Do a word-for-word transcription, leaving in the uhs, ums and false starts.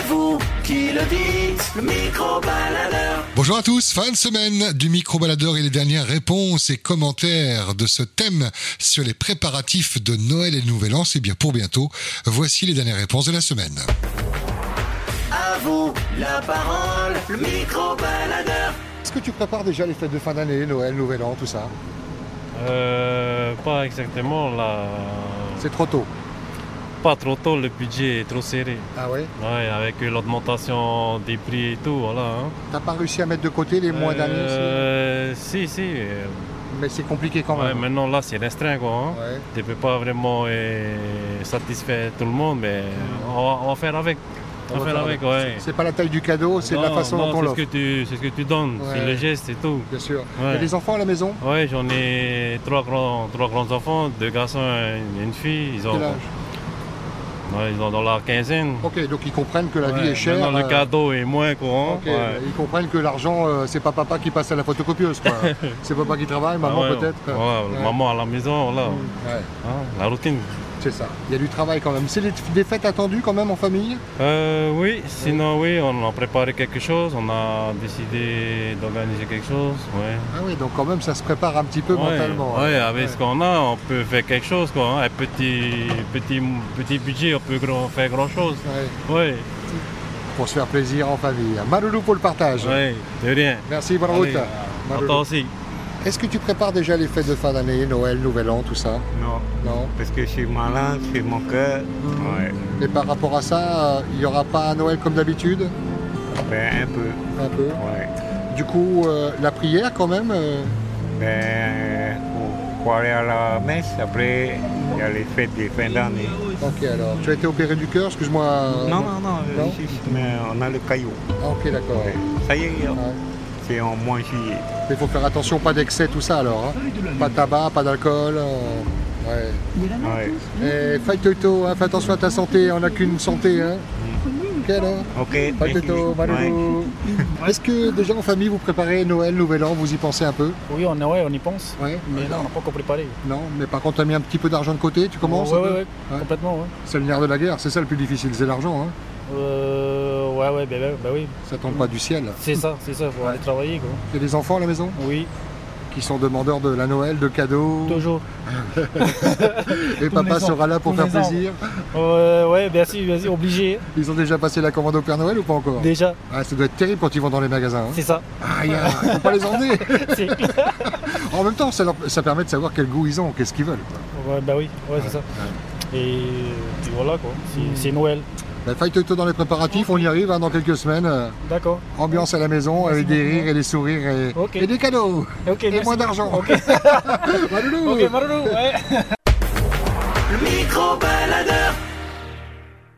vous qui le dites, le micro-baladeur. Bonjour à tous, fin de semaine du micro-baladeur et les dernières réponses et commentaires de ce thème sur les préparatifs de Noël et le Nouvel An, c'est bien pour bientôt. Voici les dernières réponses de la semaine. À vous la parole, le micro-baladeur. Est-ce que tu prépares déjà les fêtes de fin d'année, Noël, Nouvel An, tout ça? Euh, pas exactement là. C'est trop tôt. Pas trop tôt, le budget est trop serré. Ah ouais? Ouais, avec l'augmentation des prix et tout, voilà. Hein. T'as pas réussi à mettre de côté les mois d'année? Euh, si, si. euh, Mais c'est compliqué quand ouais, même. maintenant là, c'est restreint quoi. Hein. Ouais. Tu peux pas vraiment euh, satisfaire tout le monde, mais on va, on va faire avec. On va faire avec, ouais. C'est pas la taille du cadeau, c'est Non, la façon non, dont on c'est l'offre. ce que tu, c'est ce que tu donnes, Ouais. c'est le geste et tout. Bien sûr. Ouais. Il y a des enfants à la maison? Ouais, j'en ai trois grands, trois grands enfants, deux garçons et une fille. Ils ont, Quel âge? ouais, ils ont dans la quinzaine. Ok, donc ils comprennent que la vie Ouais, est chère. maintenant, le euh, cadeau est moins courant. ok, Ouais. Ils comprennent que l'argent, euh, c'est pas papa qui passe à la photocopieuse, quoi. C'est papa qui travaille, maman Ah ouais, peut-être. ouais, Ouais. Maman à la maison, là. Ouais, Hein, la routine. c'est ça. Il y a du travail quand même. C'est des, des fêtes attendues quand même en famille? Euh, oui, sinon oui, on a préparé quelque chose, on a décidé d'organiser quelque chose. Ouais. Ah oui, donc quand même ça se prépare un petit peu Ouais, mentalement. ouais, hein. avec Ouais. ce qu'on a, on peut faire quelque chose. Quoi, hein. Un petit, petit, petit budget, on peut grand- faire grand chose. Ouais, Ouais, pour se faire plaisir en famille. Maloulou pour le partage. ouais, de rien. Merci, bonne Allez, route. à Maloulou. toi aussi. Est-ce que tu prépares déjà les fêtes de fin d'année, Noël, Nouvel An, tout ça? Non, Non. parce que je suis malin, c'est mon cœur. Ouais, Et par rapport à ça, euh, il n'y aura pas un Noël comme d'habitude? ben un peu. Un peu. Ouais. Du coup, euh, la prière quand même euh, Ben, faut, faut aller à la messe, après il y a les fêtes de fin d'année. Ok, alors. Tu as été opéré du cœur, excuse-moi. euh, Non, non, non, Non juste, mais on a le caillou. Ah, ok, d'accord. Ouais. Ça y est, Ouais. c'est en mois juillet. Il faut faire attention, pas d'excès, tout ça alors. Hein. Pas de tabac, pas d'alcool. euh, Ouais. Ouais. Et Fight Toto, hein, fais attention à ta santé, on n'a qu'une santé. Hein. Ok alors. Ok, Fight merci. Toto, Ouais. Maloulou. Est-ce que déjà en famille vous préparez Noël, Nouvel An, vous y pensez un peu? Oui, on, ouais, on y pense, Ouais. mais là, on n'a pas encore préparé. Non, mais par contre, tu as mis un petit peu d'argent de côté, tu commences Ouais, un ouais, peu ouais, Ouais. complètement, ouais. C'est le nerf de la guerre, c'est ça le plus difficile, c'est l'argent. Hein. Euh, ouais, ouais, bah, bah, bah oui, Ça tombe pas du ciel. c'est ça, c'est ça, faut Ouais. aller travailler, quoi. Il y a des enfants à la maison Oui, qui sont demandeurs de la Noël, de cadeaux. toujours. Et papa les ans, sera là pour tous faire les ans. plaisir. Euh, ouais, merci, merci, obligé, Ils ont déjà passé la commande au Père Noël ou pas encore? déjà, Ah, ça doit être terrible quand ils vont dans les magasins. Hein. c'est ça. Ah, il faut pas les emmener. C'est- En même temps, ça, leur- ça permet de savoir quel goût ils ont, qu'est-ce qu'ils veulent. quoi. ouais, bah oui, ouais, c'est ça. Et puis voilà, quoi, c'est c'est Noël. Ben, Fight Toto dans les préparatifs, on y arrive hein, dans quelques semaines. Euh, D'accord. ambiance à la maison, avec des beaucoup. rires et des sourires et, Ok. et des cadeaux. Ok, Et merci. moins d'argent. Ok, Maloulou. ok, Marlou, ouais.